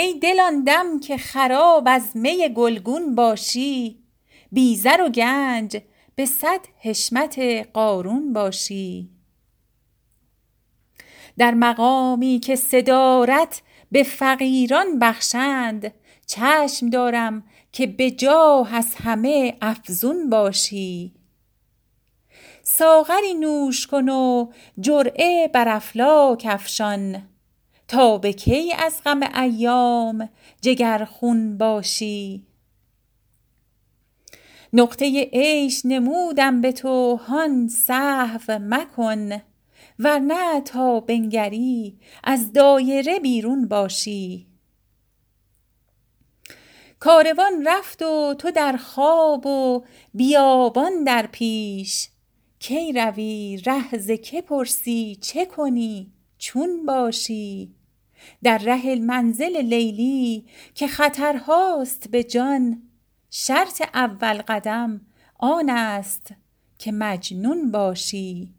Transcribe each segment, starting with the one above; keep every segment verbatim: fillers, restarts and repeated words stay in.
ای دل آن دم که خراب از می گلگون باشی، بی زر و گنج به صد حشمت قارون باشی. در مقامی که صدارت به فقیران بخشند، چشم دارم که به جاه از همه افزون باشی. ساغری نوش کن و جرعه بر افلاک افشان، تا به کی از غم ایام جگرخون باشی. نقطه عیش نمودم به تو هان سهو مکن، ورنه تا بنگری از دایره بیرون باشی. کاروان رفت و تو در خواب و بیابان در پیش، کی روی ره ز که پرسی چه کنی چون باشی. در ره منزل لیلی که خطرهاست به جان، شرط اول قدم آن است که مجنون باشی.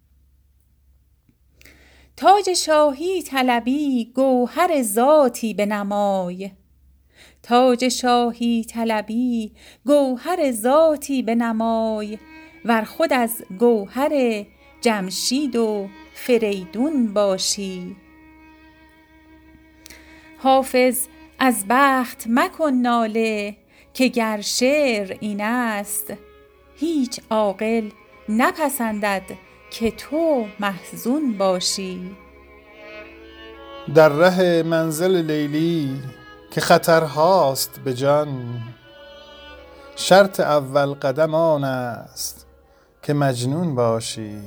تاج شاهی طلبی گوهر ذاتی بنمای، تاج شاهی طلبی گوهر ذاتی بنمای، ور خود از گوهر جمشید و فریدون باشی. حافظ از بخت مکن ناله که گر شعر این است، هیچ عاقل نپسندد که تو محزون باشی. در ره منزل لیلی که خطرهاست به جان، شرط اول قدم آن است که مجنون باشی.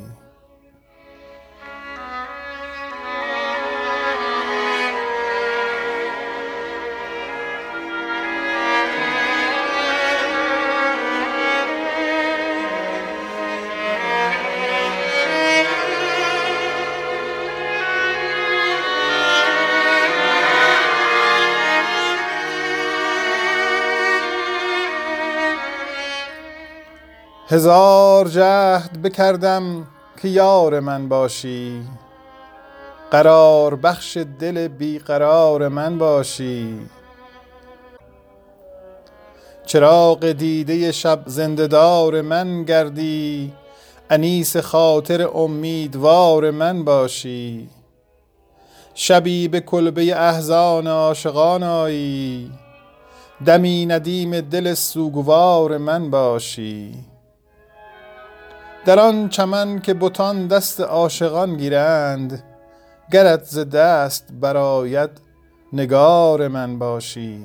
هزار جهد بکردم که یار من باشی، قرار بخش دل بیقرار من باشی. چراغ دیده شب زنده‌دار من گردی، انیس خاطر امیدوار من باشی. شبی به کلبه احزان عاشقان آیی، دمی ندیم دل سوگوار من باشی. در آن چمن که بتان دست عاشقان گیرند، گرت ز دست برآید نگار من باشی.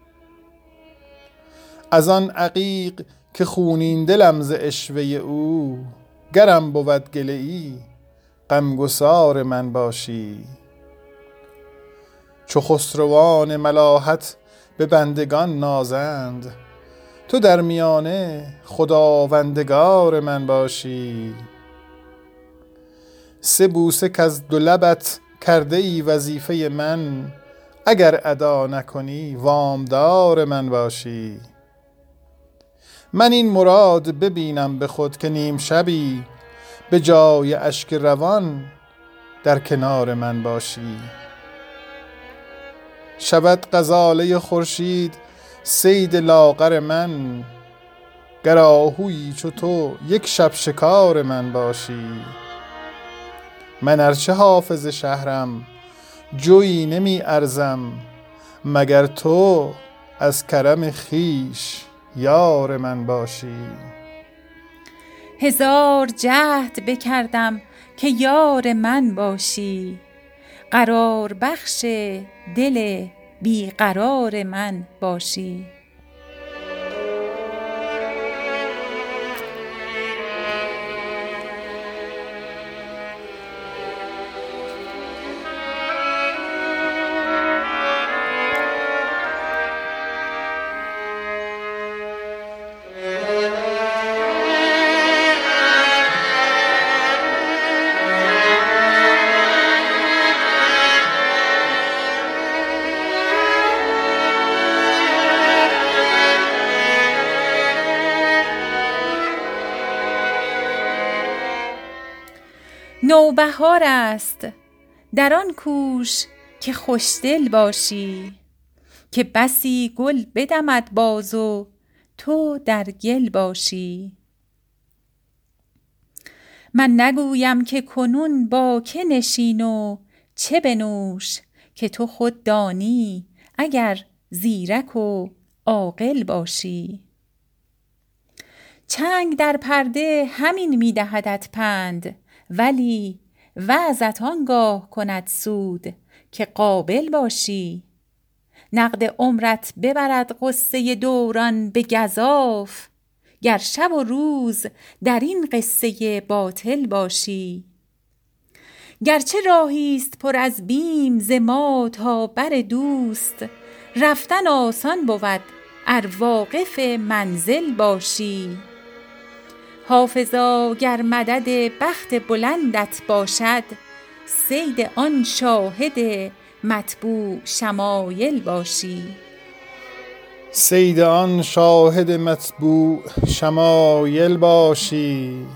از آن عقیق که خونین دلم ز عشوه او، گرم بود گله ای غمگسار من باشی. چو خسروان ملاحت به بندگان نازند، تو در میانه خداوندگار من باشی. سه بوسه کز دو لبت کرده ای وظیفه من، اگر ادا نکنی وامدار من باشی. من این مراد ببینم به خود که نیم شبی، به جای اشک روان در کنار من باشی. شود غزاله خورشید صید لاغر من، گر آهویی چو تو یک شب شکار من باشی. من ارچه حافظ شهرم جویی نمی ارزم، مگر تو از کرم خویش یار من باشی. هزار جهد بکردم که یار من باشی، قرار بخش دل بیقرار من باشی. نوبهار است در آن کوش که خوشدل باشی، که بسی گل بدمد باز و تو در گل باشی. من نگویم که کنون با که نشین و چه بنوش، که تو خود دانی اگر زیرک و عاقل باشی. چنگ در پرده همین می دهدت پند، ولی وعظت آنگاه کند سود که قابل باشی. نقد عمرت ببرد غصه دوران به گزاف، گر شب و روز در این قصه باطل باشی. گرچه راهیست پر از بیم ز ما تا بر دوست، رفتن آسان بود ار واقف منزل باشی. حافظا گر مدد بخت بلندت باشد، صید آن شاهد مطبوع شمایل باشی. صید آن شاهد مطبوع شمایل باشی.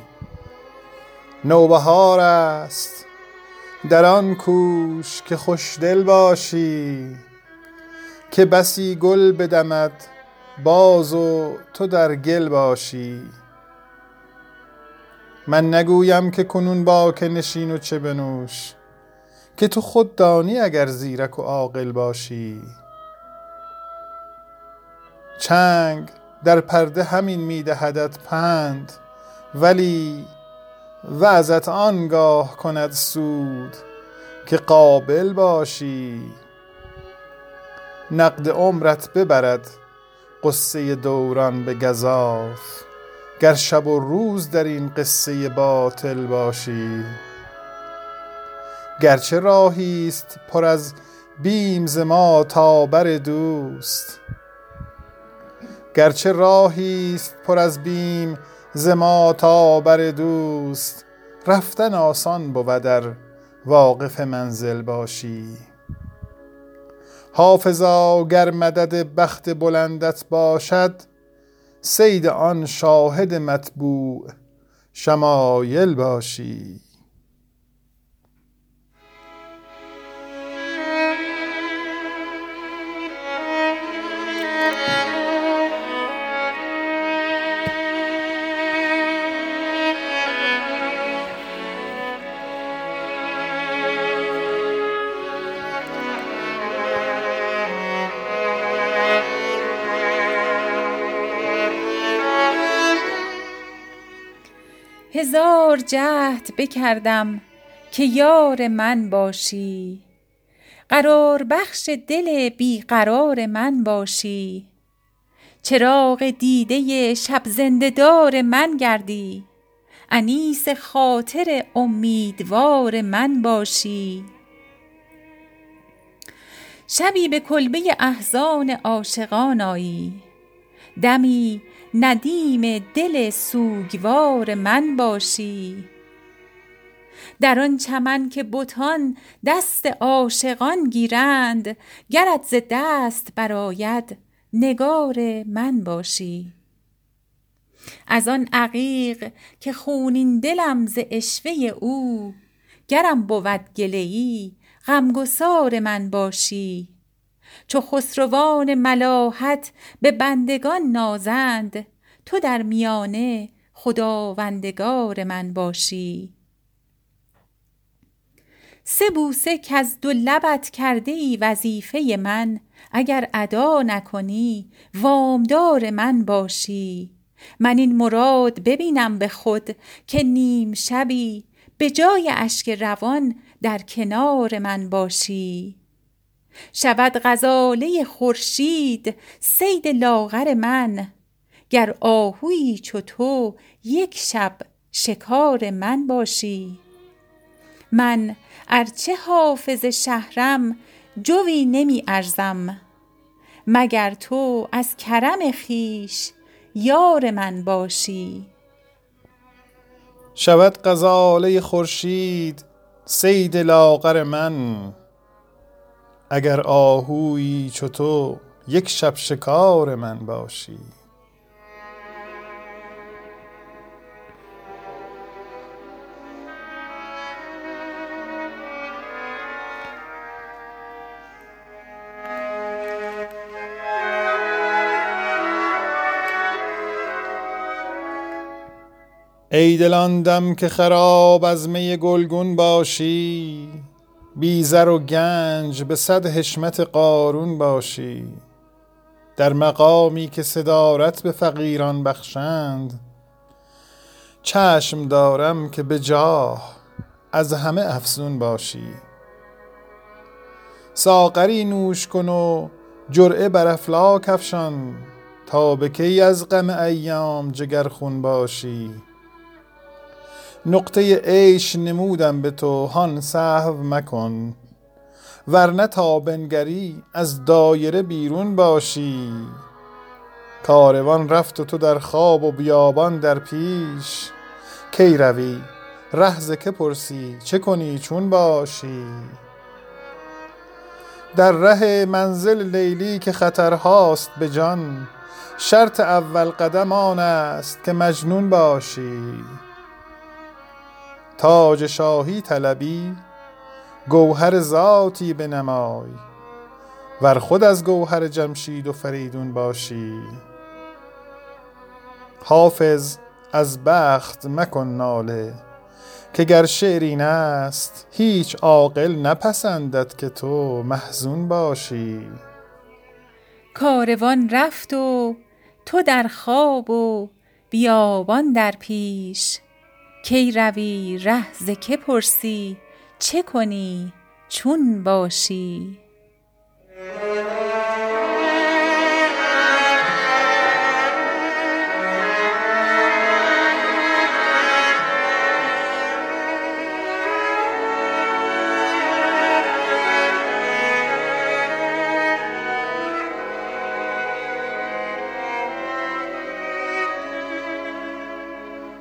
نوبهار است در آن کوش که خوشدل باشی، که بسی گل بدمد باز و تو در گل باشی. من نگویم که کنون با که نشین و چه بنوش، که تو خود دانی اگر زیرک و عاقل باشی. چنگ در پرده همین می دهدت پند، ولی وعظت آنگاه کند سود که قابل باشی. نقد عمرت ببرد قصه دوران به گزاف، گر شب و روز در این قصه باطل باشی. گرچه راهیست پر از بیم ز ما تا بر دوست، گرچه راهیست پر از بیم ز ما تا بر دوست، رفتن آسان بود در واقف منزل باشی. حافظا گر مدد بخت بلندت باشد، صید آن شاهد مطبوع شمایل باشی. هزار جهد بکردم که یار من باشی، قرار بخش دل بی قرار من باشی. چراغ دیده شب زنده دار من گردی، انیس خاطر امیدوار من باشی. شبی به کلبه احزان عاشقان آیی، دمی ندیم دل سوگوار من باشی. در آن چمن که بتان دست عاشقان گیرند، گرت ز دست برآید نگار من باشی. از آن عقیق که خونین دلم ز عشوه او، گرم بود گله ای غمگسار من باشی. چو خسروان ملاحت به بندگان نازند، تو در میانه خداوندگار من باشی. سه بوسه کز دو لبت کرده ای وظیفه من، اگر ادا نکنی وامدار من باشی. من این مراد ببینم به خود که نیم شبی به جای اشک روان در کنار من باشی. شود غزاله خورشید صید لاغر من، گر آهویی چو تو یک شب شکار من باشی. من ارچه حافظ شهرم جوی نمی ارزم، مگر تو از کرم خویش یار من باشی. شود غزاله خورشید صید لاغر من، اگر آهویی چو تو یک شب شکار من باشی. ای دل آن دم که خراب از می گلگون باشی، بی زر و گنج به صد حشمت قارون باشی. در مقامی که صدارت به فقیران بخشند، چشم دارم که به جاه از همه افزون باشی. ساغری نوش کن و جرعه بر افلاک افشان، تا به کی از غم ایام جگرخون باشی. نقطه عیش نمودم به تو هان سهو مکن، ورنه تا بنگری از دایره بیرون باشی. کاروان رفت و تو در خواب و بیابان در پیش، کی روی ره ز که پرسی چه کنی چون باشی. در ره منزل لیلی که خطرهاست به جان، شرط اول قدم آن است که مجنون باشی. تاج شاهی طلبی گوهر ذاتی بنمای، ور خود از گوهر جمشید و فریدون باشی. حافظ از بخت مکن ناله که گر شعر این است، هیچ عاقل نپسندد که تو محزون باشی. کاروان رفت و تو در خواب و بیابان در پیش، کی روی ره ز که پرسی چه کنی چون باشی.